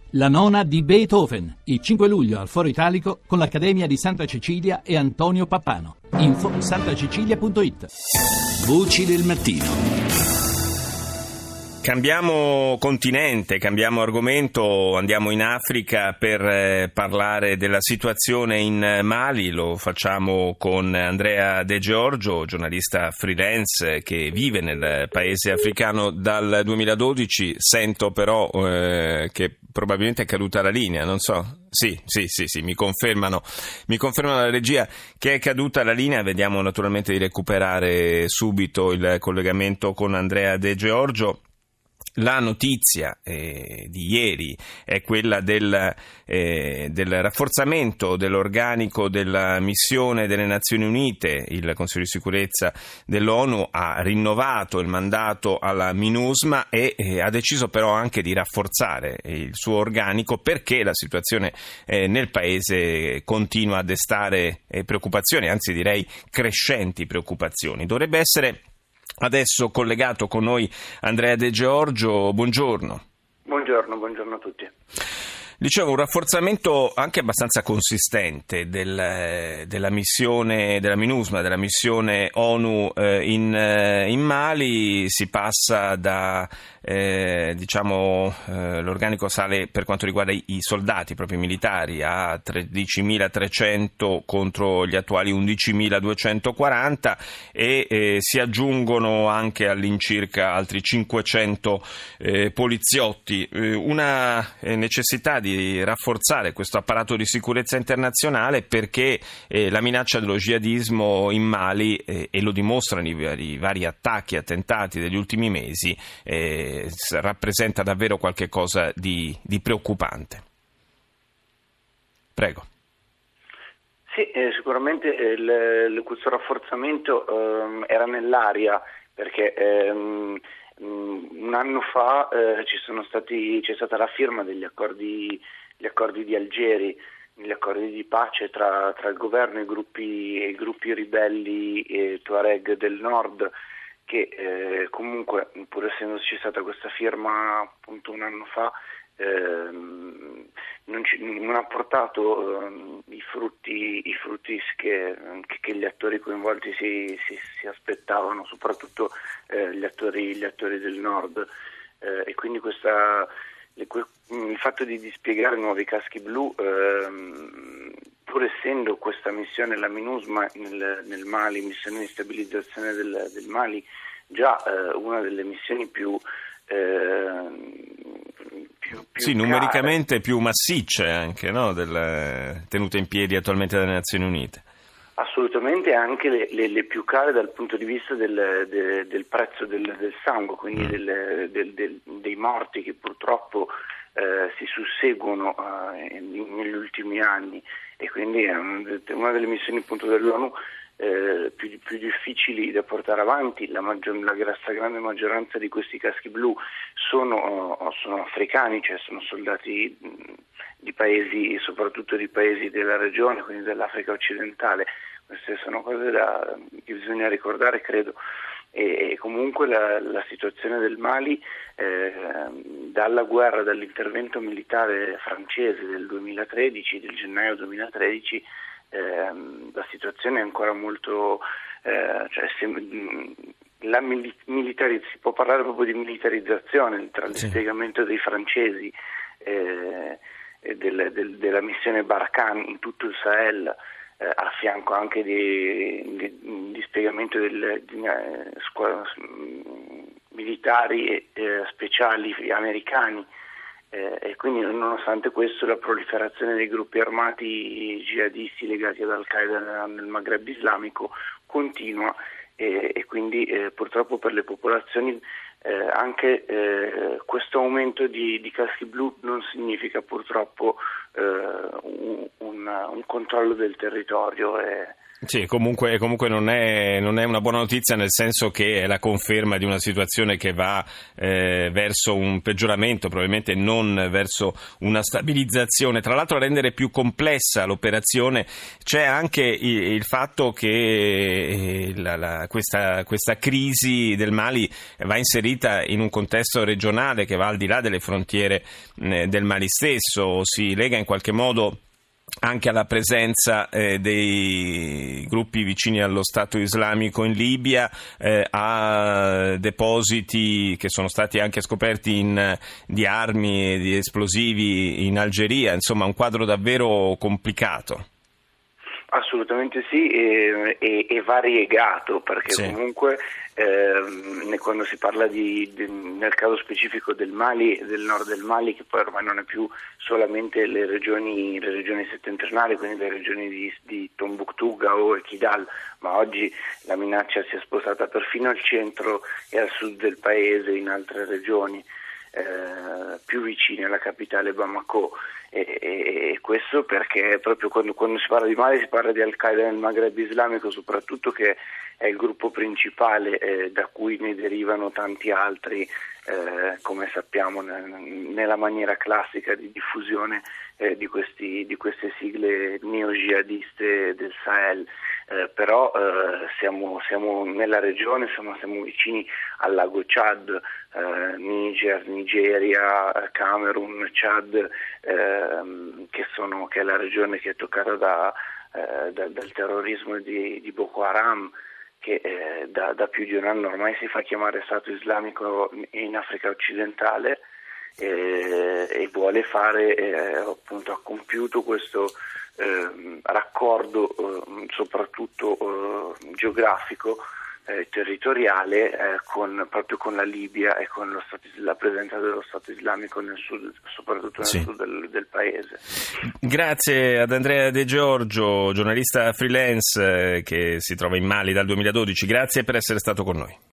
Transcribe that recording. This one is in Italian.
La nona di Beethoven, il 5 luglio al Foro Italico con l'Accademia di Santa Cecilia e Antonio Pappano. Info santacecilia.it. Voci del mattino. Cambiamo continente, cambiamo argomento, andiamo in Africa per parlare della situazione in Mali. Lo facciamo con Andrea De Giorgio, giornalista freelance che vive nel paese africano dal 2012. Sento però che probabilmente è caduta la linea, non so. Sì, mi confermano la regia che è caduta la linea. Vediamo naturalmente di recuperare subito il collegamento con Andrea De Giorgio. La notizia di ieri è quella del rafforzamento dell'organico della missione delle Nazioni Unite. Il Consiglio di sicurezza dell'ONU ha rinnovato il mandato alla MINUSMA e ha deciso però anche di rafforzare il suo organico perché la situazione nel paese continua a destare preoccupazioni, anzi direi crescenti preoccupazioni. Dovrebbe essere adesso collegato con noi Andrea De Giorgio, buongiorno. Buongiorno a tutti. Dicevo, un rafforzamento anche abbastanza consistente della missione della MINUSMA, della missione ONU in Mali. Si passa da l'organico sale per quanto riguarda i soldati proprio militari a 13.300 contro gli attuali 11.240 e si aggiungono anche all'incirca altri 500 poliziotti. Una necessità di rafforzare questo apparato di sicurezza internazionale perché la minaccia dello jihadismo in Mali, e lo dimostrano i vari attentati degli ultimi mesi, rappresenta davvero qualche cosa di preoccupante. Prego. Sì, sicuramente questo rafforzamento era nell'aria perché un anno fa c'è stata la firma degli accordi di Algeri, gli accordi di pace tra il governo e i gruppi ribelli Tuareg del nord, che comunque, pur essendoci stata questa firma appunto un anno fa, non ha portato i frutti che gli attori coinvolti si aspettavano, soprattutto gli attori del nord, e quindi il fatto di dispiegare nuovi caschi blu, pur essendo questa missione, la MINUSMA nel Mali, missione di stabilizzazione del Mali, già una delle missioni più numericamente più massicce anche, no? Tenute in piedi attualmente dalle Nazioni Unite. Assolutamente, anche le più care dal punto di vista del prezzo del sangue, quindi dei morti che purtroppo si susseguono negli ultimi anni, e quindi è una delle missioni appunto dell'ONU più difficili da portare avanti. La grande maggioranza di questi caschi blu sono africani, cioè sono soldati di paesi, soprattutto di paesi della regione, quindi dell'Africa occidentale. Queste sono cose che bisogna ricordare, credo. E comunque la situazione del Mali, dall'intervento militare francese del gennaio 2013, la situazione è ancora molto, si può parlare proprio di militarizzazione tra il dispiegamento dei francesi e della missione Barkhane in tutto il Sahel, a fianco anche di dispiegamento militari speciali americani, e quindi nonostante questo la proliferazione dei gruppi armati jihadisti legati ad Al-Qaeda nel Maghreb islamico continua, e quindi purtroppo per le popolazioni anche questo aumento di caschi blu non significa purtroppo un controllo del territorio, Sì, comunque non è una buona notizia, nel senso che è la conferma di una situazione che va verso un peggioramento, probabilmente non verso una stabilizzazione. Tra l'altro, a rendere più complessa l'operazione c'è anche il fatto che questa crisi del Mali va inserita in un contesto regionale che va al di là delle frontiere del Mali stesso, si lega in qualche modo anche alla presenza dei gruppi vicini allo Stato islamico in Libia, a depositi che sono stati anche scoperti di armi e di esplosivi in Algeria, insomma un quadro davvero complicato. Assolutamente sì, e variegato, perché sì. Comunque quando si parla nel caso specifico del Mali, del nord del Mali, che poi ormai non è più solamente le regioni settentrionali, quindi le regioni di Tombouctou, Gao e Kidal, ma oggi la minaccia si è spostata perfino al centro e al sud del paese, in altre regioni più vicine alla capitale Bamako, e questo perché proprio quando si parla di Mali si parla di Al-Qaeda nel Maghreb islamico, soprattutto, che è il gruppo principale da cui ne derivano tanti altri, come sappiamo nella maniera classica di diffusione di queste sigle neo-jihadiste del Sahel. Però siamo nella regione, siamo vicini al lago Chad, Niger, Nigeria, Camerun, Chad, che è la regione che è toccata dal terrorismo di Boko Haram, che da più di un anno ormai si fa chiamare Stato islamico in Africa occidentale, e vuole fare, appunto, ha compiuto questo raccordo soprattutto geografico, territoriale, proprio con la Libia e con la presenza dello Stato islamico nel sud, soprattutto nel sud del paese. Grazie ad Andrea De Giorgio, giornalista freelance che si trova in Mali dal 2012. Grazie per essere stato con noi.